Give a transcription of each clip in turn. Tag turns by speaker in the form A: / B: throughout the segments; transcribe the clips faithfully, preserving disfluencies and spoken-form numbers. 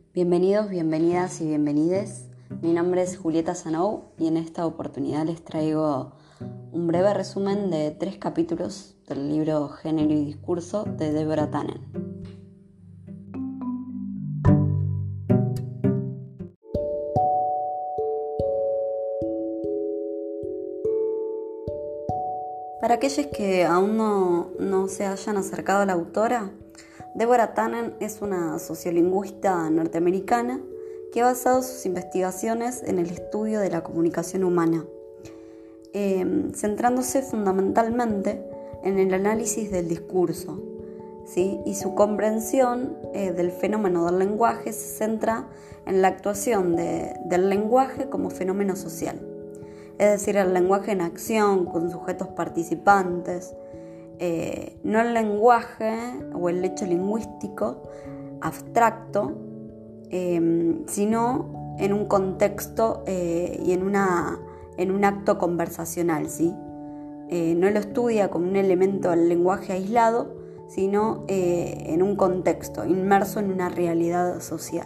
A: Bienvenidos, bienvenidas y bienvenides. Mi nombre es Julieta Sanou y en esta oportunidad les traigo un breve resumen de tres capítulos del libro Género y Discurso de Deborah Tannen. Para aquellos que aún no, no se hayan acercado a la autora, Deborah Tannen es una sociolingüista norteamericana que ha basado sus investigaciones en el estudio de la comunicación humana, eh, centrándose fundamentalmente en el análisis del discurso, ¿sí? Y su comprensión eh, del fenómeno del lenguaje se centra en la actuación de, del lenguaje como fenómeno social, es decir, el lenguaje en acción con sujetos participantes, eh, no el lenguaje o el hecho lingüístico abstracto, eh, sino en un contexto eh, y en, una, en un acto conversacional, ¿sí? Eh, no lo estudia como un elemento del lenguaje aislado, sino eh, en un contexto, inmerso en una realidad social.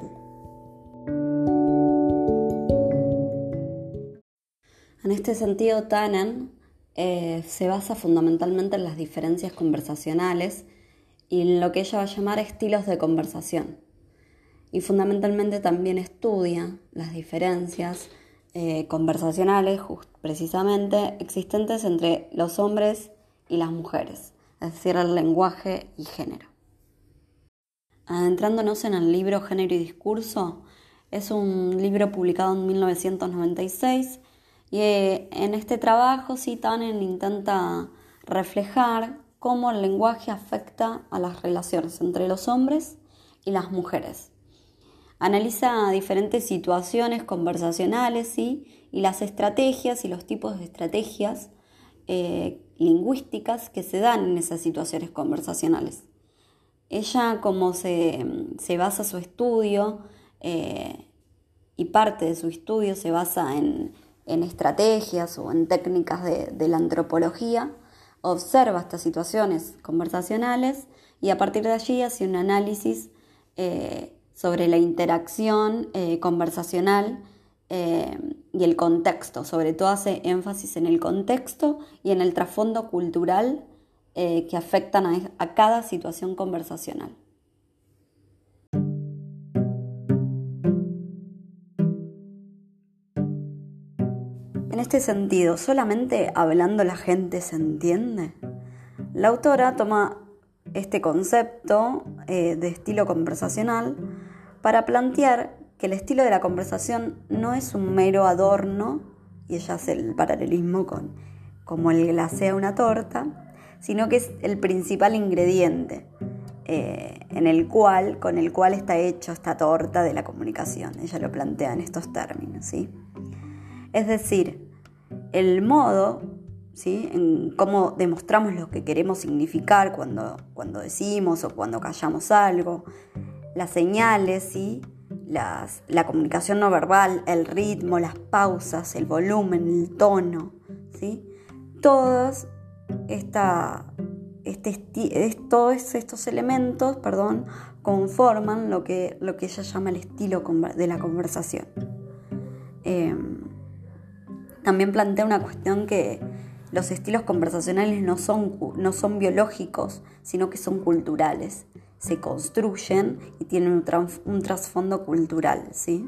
A: En este sentido, Tannen eh, se basa fundamentalmente en las diferencias conversacionales y en lo que ella va a llamar estilos de conversación. Y fundamentalmente también estudia las diferencias eh, conversacionales, just, precisamente, existentes entre los hombres y las mujeres, es decir, el lenguaje y género. Adentrándonos en el libro Género y Discurso, es un libro publicado en mil novecientos noventa y seis y eh, en este trabajo sí, Tannen intenta reflejar cómo el lenguaje afecta a las relaciones entre los hombres y las mujeres. Analiza diferentes situaciones conversacionales, ¿sí? Y las estrategias y los tipos de estrategias eh, lingüísticas que se dan en esas situaciones conversacionales. Ella, como se, se basa su estudio eh, y parte de su estudio se basa en, en estrategias o en técnicas de, de la antropología, observa estas situaciones conversacionales y a partir de allí hace un análisis eh, sobre la interacción eh, conversacional eh, y el contexto. Sobre todo hace énfasis en el contexto y en el trasfondo cultural eh, que afectan a, a cada situación conversacional. En este sentido, ¿solamente hablando la gente se entiende? La autora toma este concepto eh, de estilo conversacional para plantear que el estilo de la conversación no es un mero adorno, y ella hace el paralelismo con como el glacé a una torta, sino que es el principal ingrediente eh, en el cual, con el cual está hecho esta torta de la comunicación. Ella lo plantea en estos términos, ¿sí? Es decir, el modo, ¿sí?, en cómo demostramos lo que queremos significar cuando, cuando decimos o cuando callamos algo, las señales, ¿sí?, las, la comunicación no verbal, el ritmo, las pausas, el volumen, el tono, ¿sí? Todos, esta, este esti- todos estos elementos perdón, conforman lo que, lo que ella llama el estilo de la conversación. Eh, También plantea una cuestión que los estilos conversacionales no son, no son biológicos, sino que son culturales. Se construyen y tienen un, trans, un trasfondo cultural, ¿sí?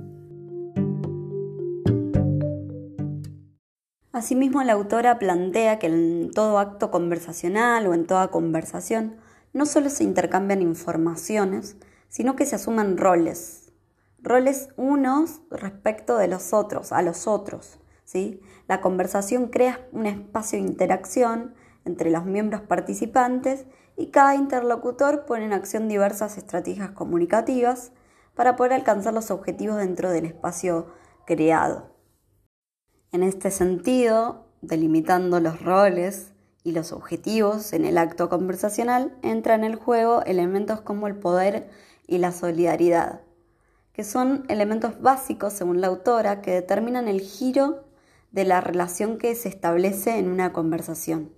A: Asimismo, la autora plantea que en todo acto conversacional o en toda conversación no solo se intercambian informaciones, sino que se asumen roles. Roles unos respecto de los otros, a los otros, ¿sí? La conversación crea un espacio de interacción entre los miembros participantes y cada interlocutor pone en acción diversas estrategias comunicativas para poder alcanzar los objetivos dentro del espacio creado. En este sentido, delimitando los roles y los objetivos en el acto conversacional, entran en el juego elementos como el poder y la solidaridad, que son elementos básicos, según la autora, que determinan el giro de la relación que se establece en una conversación.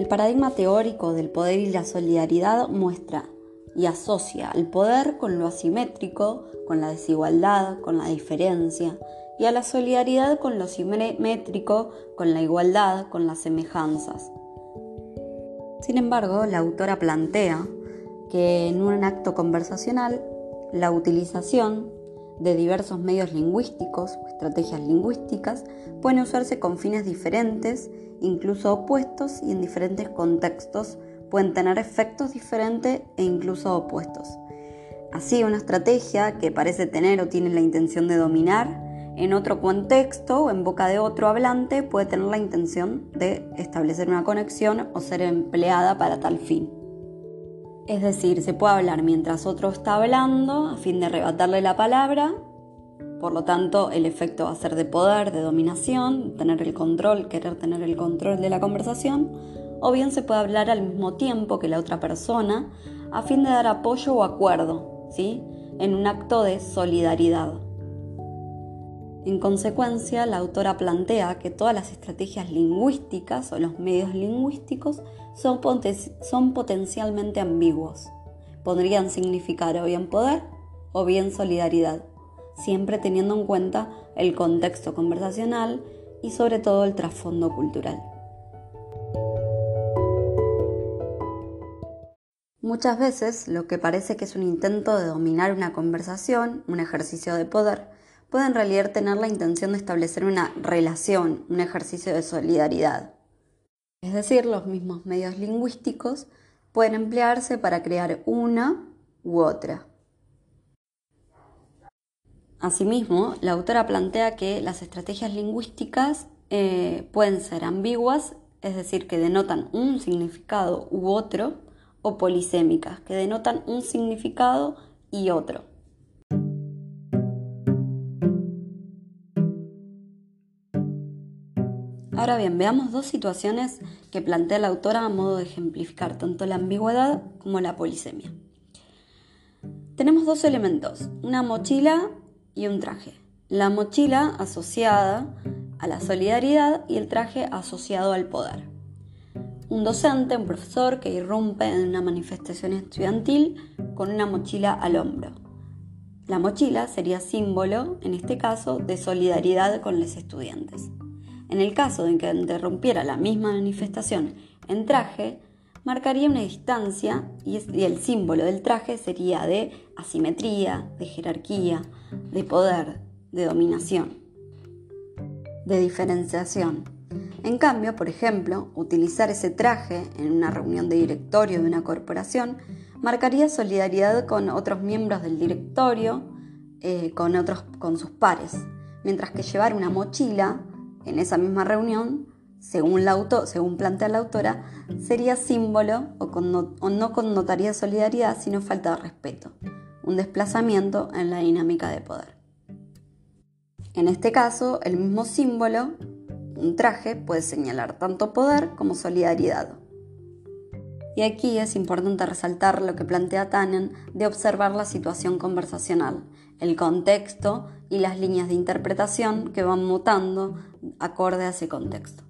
A: El paradigma teórico del poder y la solidaridad muestra y asocia al poder con lo asimétrico, con la desigualdad, con la diferencia, y a la solidaridad con lo simétrico, con la igualdad, con las semejanzas. Sin embargo, la autora plantea que en un acto conversacional, la utilización de diversos medios lingüísticos o estrategias lingüísticas pueden usarse con fines diferentes, incluso opuestos, y en diferentes contextos pueden tener efectos diferentes e incluso opuestos. Así, una estrategia que parece tener o tiene la intención de dominar, en otro contexto o en boca de otro hablante puede tener la intención de establecer una conexión o ser empleada para tal fin. Es decir, se puede hablar mientras otro está hablando a fin de arrebatarle la palabra, por lo tanto el efecto va a ser de poder, de dominación, tener el control, querer tener el control de la conversación, o bien se puede hablar al mismo tiempo que la otra persona a fin de dar apoyo o acuerdo, ¿sí?, en un acto de solidaridad. En consecuencia, la autora plantea que todas las estrategias lingüísticas o los medios lingüísticos son, poten- son potencialmente ambiguos. Podrían significar o bien poder o bien solidaridad, siempre teniendo en cuenta el contexto conversacional y sobre todo el trasfondo cultural. Muchas veces lo que parece que es un intento de dominar una conversación, un ejercicio de poder, puede en realidad tener la intención de establecer una relación, un ejercicio de solidaridad. Es decir, los mismos medios lingüísticos pueden emplearse para crear una u otra. Asimismo, la autora plantea que las estrategias lingüísticas eh, pueden ser ambiguas, es decir, que denotan un significado u otro, o polisémicas, que denotan un significado y otro. Ahora bien, veamos dos situaciones que plantea la autora a modo de ejemplificar tanto la ambigüedad como la polisemia. Tenemos dos elementos, una mochila y un traje. La mochila asociada a la solidaridad y el traje asociado al poder. Un docente, un profesor que irrumpe en una manifestación estudiantil con una mochila al hombro. La mochila sería símbolo, en este caso, de solidaridad con los estudiantes. En el caso de que interrumpiera la misma manifestación en traje, marcaría una distancia y el símbolo del traje sería de asimetría, de jerarquía, de poder, de dominación, de diferenciación. En cambio, por ejemplo, utilizar ese traje en una reunión de directorio de una corporación marcaría solidaridad con otros miembros del directorio, eh, con, otros, con sus pares, mientras que llevar una mochila en esa misma reunión, según, la auto, según plantea la autora, sería símbolo o, conno, o no connotaría solidaridad, sino falta de respeto, un desplazamiento en la dinámica de poder. En este caso, el mismo símbolo, un traje, puede señalar tanto poder como solidaridad. Y aquí es importante resaltar lo que plantea Tannen de observar la situación conversacional, el contexto y las líneas de interpretación que van mutando acorde a ese contexto.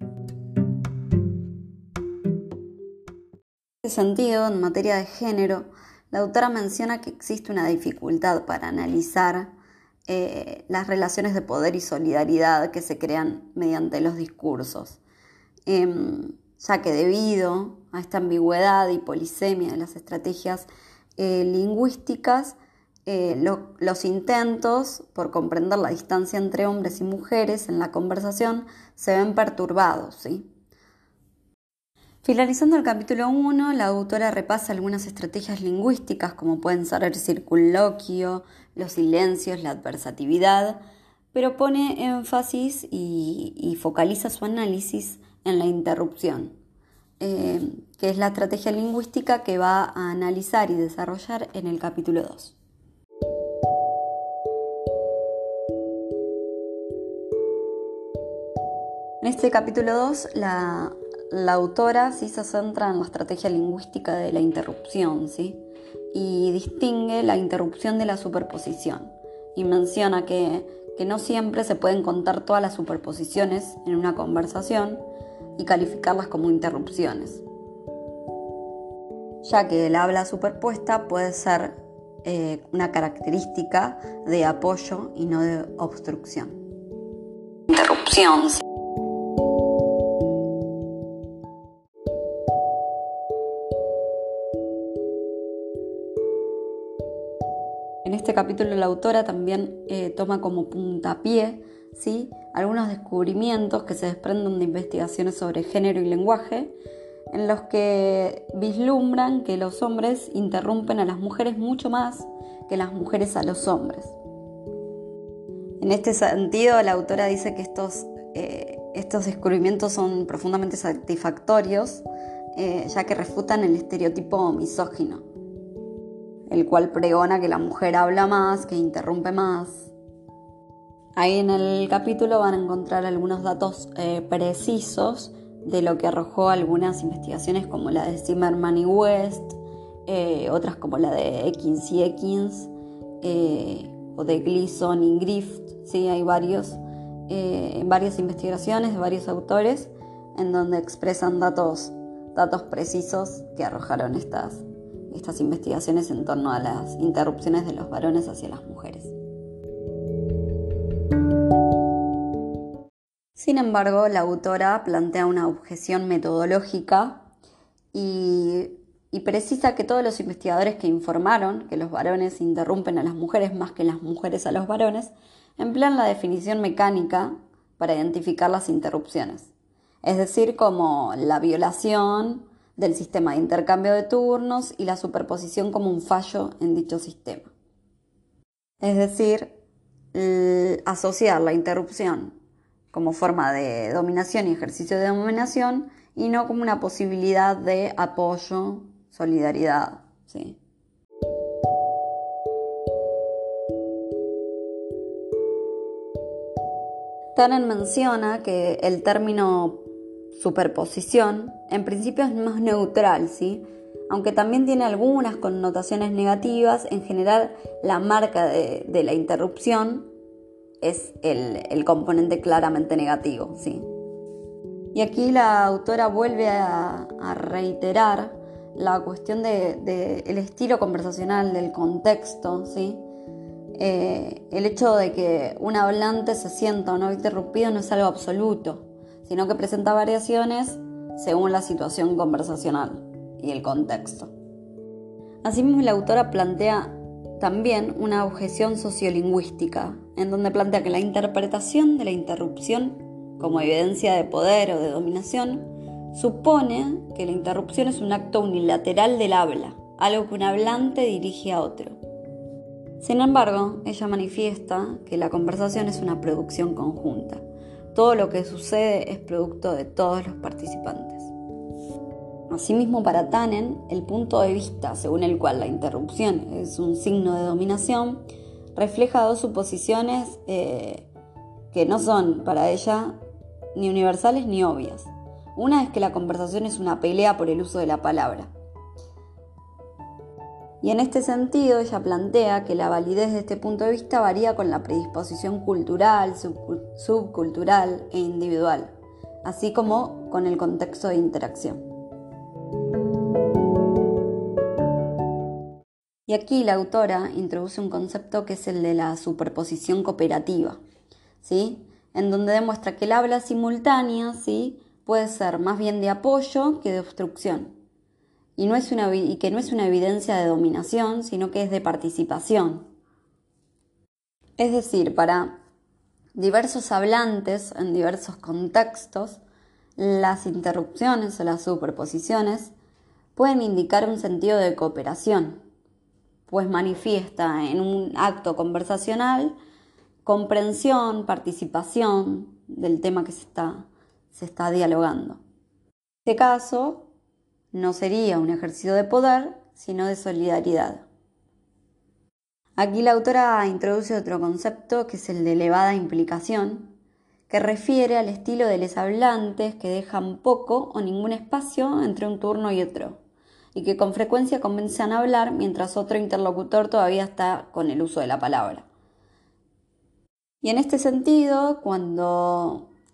A: En ese sentido, en materia de género, la autora menciona que existe una dificultad para analizar eh, las relaciones de poder y solidaridad que se crean mediante los discursos, eh, ya que debido a esta ambigüedad y polisemia de las estrategias eh, lingüísticas, eh, lo, los intentos por comprender la distancia entre hombres y mujeres en la conversación se ven perturbados, ¿sí? Finalizando el capítulo uno, la autora repasa algunas estrategias lingüísticas como pueden ser el circunloquio, los silencios, la adversatividad, pero pone énfasis y, y focaliza su análisis en la interrupción, eh, que es la estrategia lingüística que va a analizar y desarrollar en el capítulo dos. En este capítulo dos, la, la autora sí se centra en la estrategia lingüística de la interrupción, ¿sí? Y distingue la interrupción de la superposición y menciona que, que no siempre se pueden contar todas las superposiciones en una conversación, y calificarlas como interrupciones, ya que el habla superpuesta puede ser eh, una característica de apoyo y no de obstrucción. Interrupción. En este capítulo la autora también eh, toma como puntapié, ¿sí?, algunos descubrimientos que se desprenden de investigaciones sobre género y lenguaje, en los que vislumbran que los hombres interrumpen a las mujeres mucho más que las mujeres a los hombres. En este sentido, la autora dice que estos, eh, estos descubrimientos son profundamente satisfactorios, eh, ya que refutan el estereotipo misógino, el cual pregona que la mujer habla más, que interrumpe más. Ahí en el capítulo van a encontrar algunos datos eh, precisos de lo que arrojó algunas investigaciones como la de Zimmerman y West, eh, otras como la de Ekins y Ekins, eh, o de Gleason y Griffith. ¿Sí? Hay varios, eh, varias investigaciones de varios autores en donde expresan datos, datos precisos que arrojaron estas, estas investigaciones en torno a las interrupciones de los varones hacia las mujeres. Sin embargo, la autora plantea una objeción metodológica y, y precisa que todos los investigadores que informaron que los varones interrumpen a las mujeres más que las mujeres a los varones emplean la definición mecánica para identificar las interrupciones, es decir, como la violación del sistema de intercambio de turnos y la superposición como un fallo en dicho sistema. Es decir, l- asociar la interrupción como forma de dominación y ejercicio de dominación y no como una posibilidad de apoyo, solidaridad, ¿sí? Tannen menciona que el término superposición en principio es más neutral, ¿sí?, aunque también tiene algunas connotaciones negativas. En general, la marca de, de la interrupción es el, el componente claramente negativo, ¿sí? Y aquí la autora vuelve a, a reiterar la cuestión del de, de estilo conversacional, del contexto, ¿sí? Eh, el hecho de que un hablante se sienta o no interrumpido no es algo absoluto, sino que presenta variaciones según la situación conversacional y el contexto. Asimismo, la autora plantea también una objeción sociolingüística, en donde plantea que la interpretación de la interrupción como evidencia de poder o de dominación supone que la interrupción es un acto unilateral del habla, algo que un hablante dirige a otro. Sin embargo, ella manifiesta que la conversación es una producción conjunta. Todo lo que sucede es producto de todos los participantes. Asimismo, para Tannen, el punto de vista según el cual la interrupción es un signo de dominación refleja dos suposiciones eh, que no son para ella ni universales ni obvias. Una es que la conversación es una pelea por el uso de la palabra. Y en este sentido, ella plantea que la validez de este punto de vista varía con la predisposición cultural, subcultural e individual, así como con el contexto de interacción. Y aquí la autora introduce un concepto que es el de la superposición cooperativa, ¿sí?, en donde demuestra que el habla simultánea, ¿sí?, puede ser más bien de apoyo que de obstrucción. Y, no es una, y que no es una evidencia de dominación, sino que es de participación. Es decir, para diversos hablantes en diversos contextos, las interrupciones o las superposiciones pueden indicar un sentido de cooperación, pues manifiesta en un acto conversacional comprensión, participación del tema que se está, se está dialogando. En este caso, no sería un ejercicio de poder, sino de solidaridad. Aquí la autora introduce otro concepto que es el de elevada implicación, que refiere al estilo de los hablantes que dejan poco o ningún espacio entre un turno y otro, y que con frecuencia comienzan a hablar mientras otro interlocutor todavía está con el uso de la palabra. Y en este sentido, cuando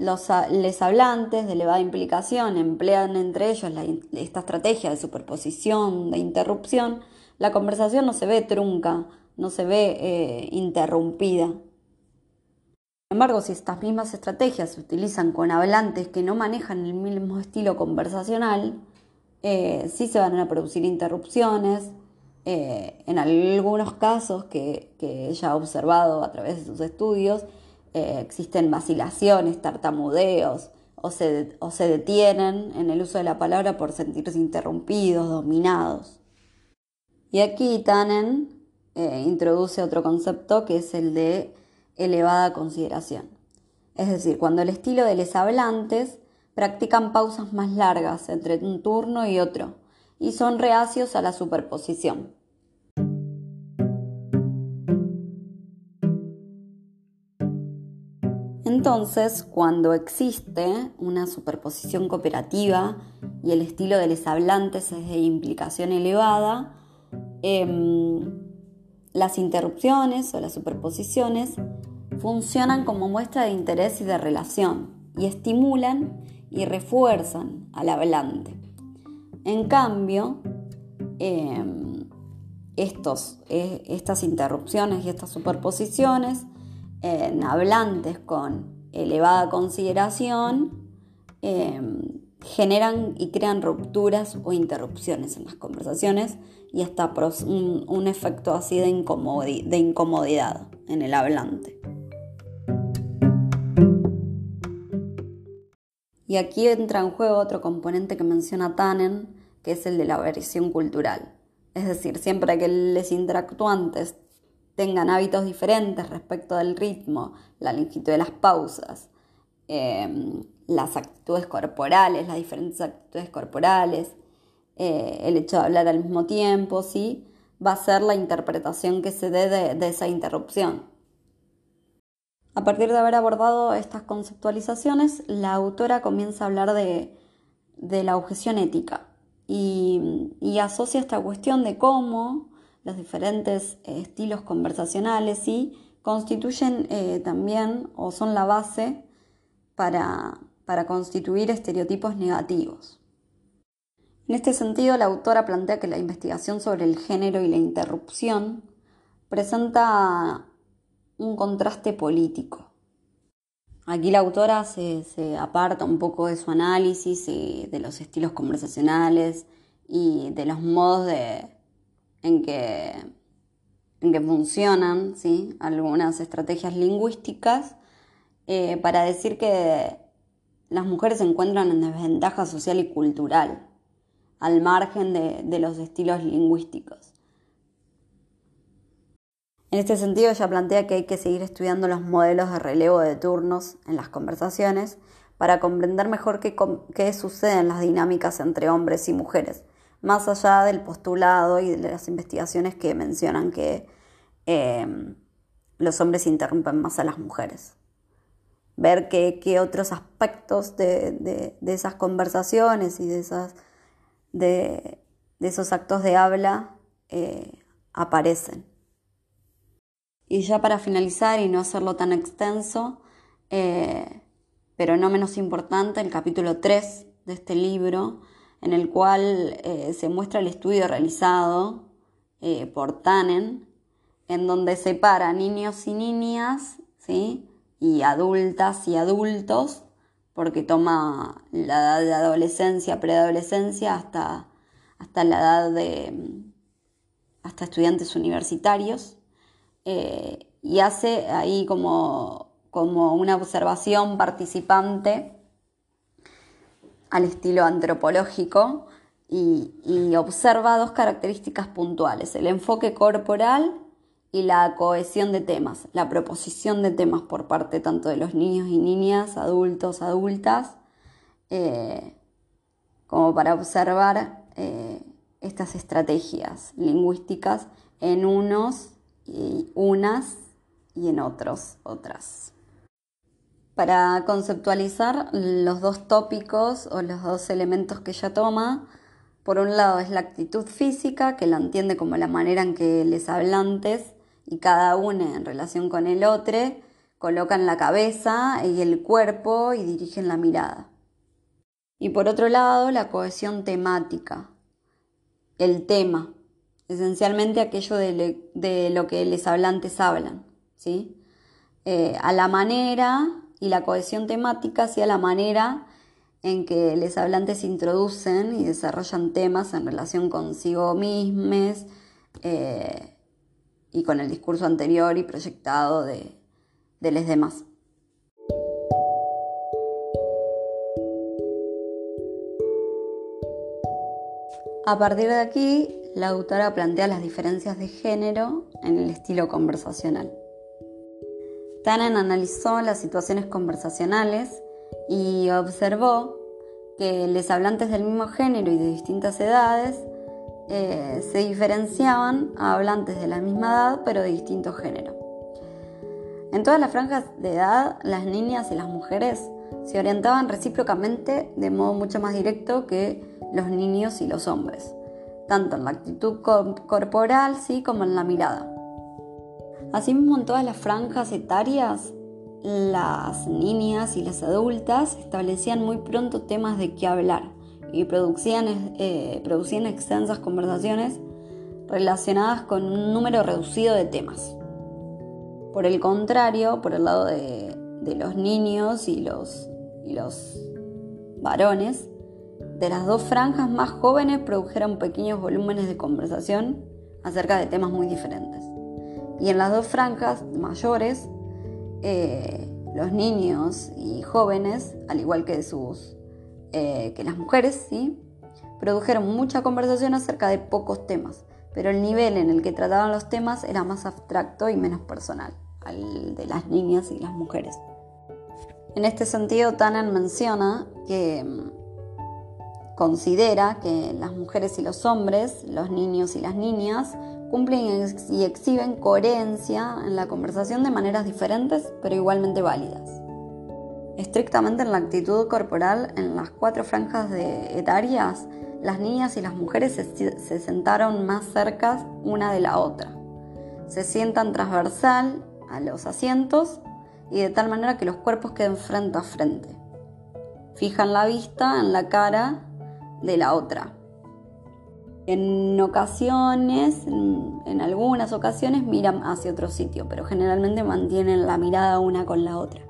A: Los les hablantes de elevada implicación emplean entre ellos la, esta estrategia de superposición, de interrupción. La conversación no se ve trunca, no se ve eh, interrumpida. Sin embargo, si estas mismas estrategias se utilizan con hablantes que no manejan el mismo estilo conversacional, eh, sí se van a producir interrupciones. Eh, en algunos casos que, que ella ha observado a través de sus estudios, eh, existen vacilaciones, tartamudeos, o se, o se detienen en el uso de la palabra por sentirse interrumpidos, dominados. Y aquí Tannen eh, introduce otro concepto que es el de elevada consideración. Es decir, cuando el estilo de los hablantes practican pausas más largas entre un turno y otro y son reacios a la superposición. Entonces, cuando existe una superposición cooperativa y el estilo de los hablantes es de implicación elevada, eh, las interrupciones o las superposiciones funcionan como muestra de interés y de relación y estimulan y refuerzan al hablante. En cambio, eh, estos, eh, estas interrupciones y estas superposiciones en hablantes con elevada consideración eh, generan y crean rupturas o interrupciones en las conversaciones y hasta un, un efecto así de, incomodi- de incomodidad en el hablante. Y aquí entra en juego otro componente que menciona Tannen, que es el de la variación cultural. Es decir, siempre que los interactuantes tengan hábitos diferentes respecto del ritmo, la longitud de las pausas, eh, las actitudes corporales, las diferentes actitudes corporales, eh, el hecho de hablar al mismo tiempo, ¿sí? Va a ser la interpretación que se dé de, de esa interrupción. A partir de haber abordado estas conceptualizaciones, la autora comienza a hablar de, de la objeción ética y, y asocia esta cuestión de cómo los diferentes eh, estilos conversacionales ¿sí? constituyen eh, también o son la base para, para constituir estereotipos negativos. En este sentido, la autora plantea que la investigación sobre el género y la interrupción presenta un contraste político. Aquí la autora se, se aparta un poco de su análisis y de los estilos conversacionales y de los modos de, en, que, en que funcionan ¿sí? algunas estrategias lingüísticas eh, para decir que las mujeres se encuentran en desventaja social y cultural al margen de, de los estilos lingüísticos. En este sentido, ella plantea que hay que seguir estudiando los modelos de relevo de turnos en las conversaciones para comprender mejor qué, qué suceden las dinámicas entre hombres y mujeres, más allá del postulado y de las investigaciones que mencionan que eh, los hombres interrumpen más a las mujeres. Ver qué, qué otros aspectos de, de, de esas conversaciones y de, esas, de, de esos actos de habla eh, aparecen. Y ya para finalizar y no hacerlo tan extenso, eh, pero no menos importante, el capítulo tres de este libro, en el cual eh, se muestra el estudio realizado eh, por Tannen, en donde separa niños y niñas, ¿sí? y adultas y adultos, porque toma la edad de adolescencia, preadolescencia, hasta, hasta la edad de hasta estudiantes universitarios. Eh, y hace ahí como, como una observación participante al estilo antropológico y, y observa dos características puntuales: el enfoque corporal y la cohesión de temas, la proposición de temas por parte tanto de los niños y niñas, adultos, adultas, eh, como para observar eh, estas estrategias lingüísticas en unos y unas y en otros, otras. Para conceptualizar los dos tópicos o los dos elementos que ella toma, por un lado es la actitud física, que la entiende como la manera en que los hablantes y cada uno en relación con el otro colocan la cabeza y el cuerpo y dirigen la mirada. Y por otro lado, la cohesión temática, el tema, esencialmente aquello de, le, de lo que les hablantes hablan, ¿sí? Eh, a la manera, y la cohesión temática hacia la manera en que les hablantes introducen y desarrollan temas en relación consigo mismos eh, y con el discurso anterior y proyectado de, de los demás. A partir de aquí, la autora plantea las diferencias de género en el estilo conversacional. Tannen analizó las situaciones conversacionales y observó que los hablantes del mismo género y de distintas edades eh, se diferenciaban a hablantes de la misma edad pero de distinto género. En todas las franjas de edad, las niñas y las mujeres se orientaban recíprocamente de modo mucho más directo que los niños y los hombres, tanto en la actitud corporal sí, como en la mirada. Asimismo, en todas las franjas etarias, las niñas y las adultas establecían muy pronto temas de qué hablar y producían, eh, producían extensas conversaciones relacionadas con un número reducido de temas. Por el contrario, por el lado de, de los niños y los, y los varones, de las dos franjas más jóvenes produjeron pequeños volúmenes de conversación acerca de temas muy diferentes. Y en las dos franjas mayores, eh, los niños y jóvenes, al igual que, sus, eh, que las mujeres, ¿sí? produjeron mucha conversación acerca de pocos temas, pero el nivel en el que trataban los temas era más abstracto y menos personal, al de las niñas y las mujeres. En este sentido, Tannen menciona que considera que las mujeres y los hombres, los niños y las niñas, cumplen y exhiben coherencia en la conversación de maneras diferentes, pero igualmente válidas. Estrictamente en la actitud corporal, en las cuatro franjas de etarias, las niñas y las mujeres se, se sentaron más cerca una de la otra. Se sientan transversal a los asientos y de tal manera que los cuerpos queden frente a frente. Fijan la vista en la cara de la otra. En ocasiones, en, en algunas ocasiones miran hacia otro sitio, pero generalmente mantienen la mirada una con la otra.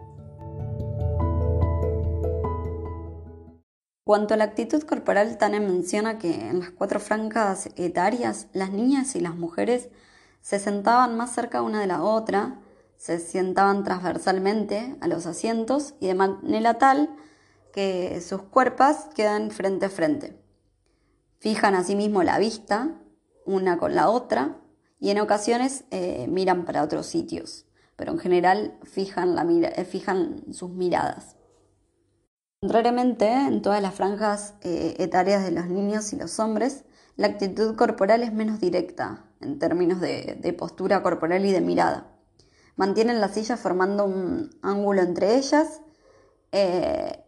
A: Cuanto a la actitud corporal, Tannen menciona que en las cuatro franjas etarias, las niñas y las mujeres se sentaban más cerca una de la otra, se sentaban transversalmente a los asientos y de manera tal que sus cuerpos quedan frente a frente. Fijan asimismo la vista una con la otra y en ocasiones eh, miran para otros sitios, pero en general fijan, la mira, eh, fijan sus miradas. Contrariamente, en todas las franjas eh, etarias de los niños y los hombres, la actitud corporal es menos directa en términos de, de postura corporal y de mirada. Mantienen la silla formando un ángulo entre ellas, eh,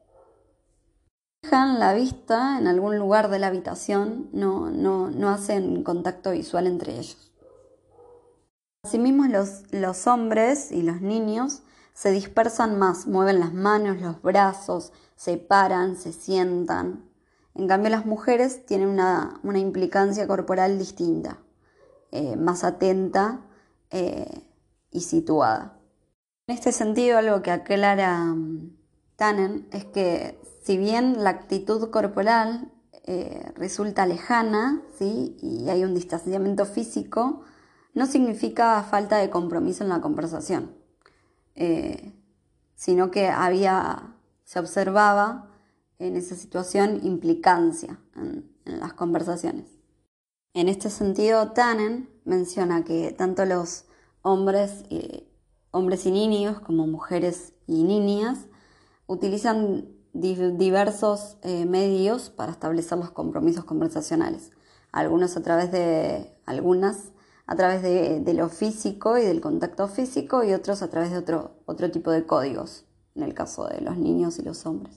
A: fijan la vista en algún lugar de la habitación, no, no, no hacen contacto visual entre ellos. Asimismo, los, los hombres y los niños se dispersan más, mueven las manos, los brazos, se paran, se sientan. En cambio, las mujeres tienen una, una implicancia corporal distinta, eh, más atenta eh, y situada. En este sentido, algo que aclara um, Tannen es que si bien la actitud corporal eh, resulta lejana, ¿sí? y hay un distanciamiento físico, no significa falta de compromiso en la conversación, eh, sino que había, se observaba en esa situación implicancia en, en las conversaciones. En este sentido, Tannen menciona que tanto los hombres, eh, hombres y niños como mujeres y niñas utilizan diversos eh, medios para establecer los compromisos conversacionales. Algunos a través de, algunas a través de, de lo físico y del contacto físico y otros a través de otro, otro tipo de códigos, en el caso de los niños y los hombres.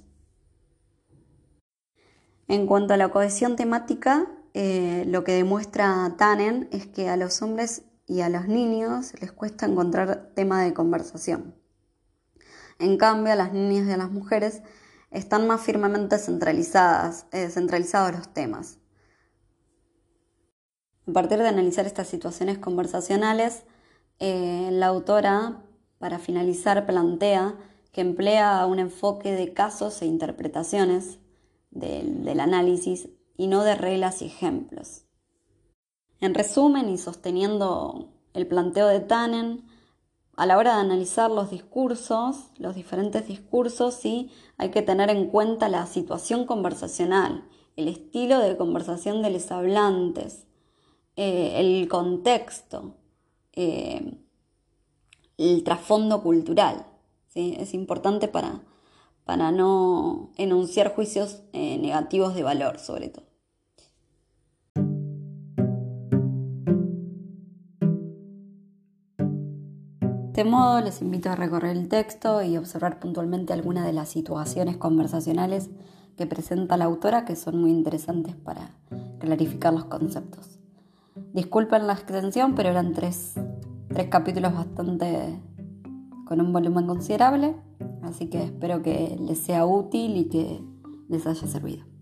A: En cuanto a la cohesión temática, eh, lo que demuestra Tannen es que a los hombres y a los niños les cuesta encontrar tema de conversación. En cambio, a las niñas y a las mujeres están más firmemente centralizadas, eh, centralizados los temas. A partir de analizar estas situaciones conversacionales, eh, la autora, para finalizar, plantea que emplea un enfoque de casos e interpretaciones del, del análisis y no de reglas y ejemplos. En resumen, y sosteniendo el planteo de Tannen, a la hora de analizar los discursos, los diferentes discursos, sí, hay que tener en cuenta la situación conversacional, el estilo de conversación de los hablantes, eh, el contexto, eh, el trasfondo cultural, ¿sí? Es importante para, para no enunciar juicios eh, negativos de valor, sobre todo. De este modo, les invito a recorrer el texto y observar puntualmente algunas de las situaciones conversacionales que presenta la autora, que son muy interesantes para clarificar los conceptos. Disculpen la extensión, pero eran tres, tres capítulos bastante con un volumen considerable, así que espero que les sea útil y que les haya servido.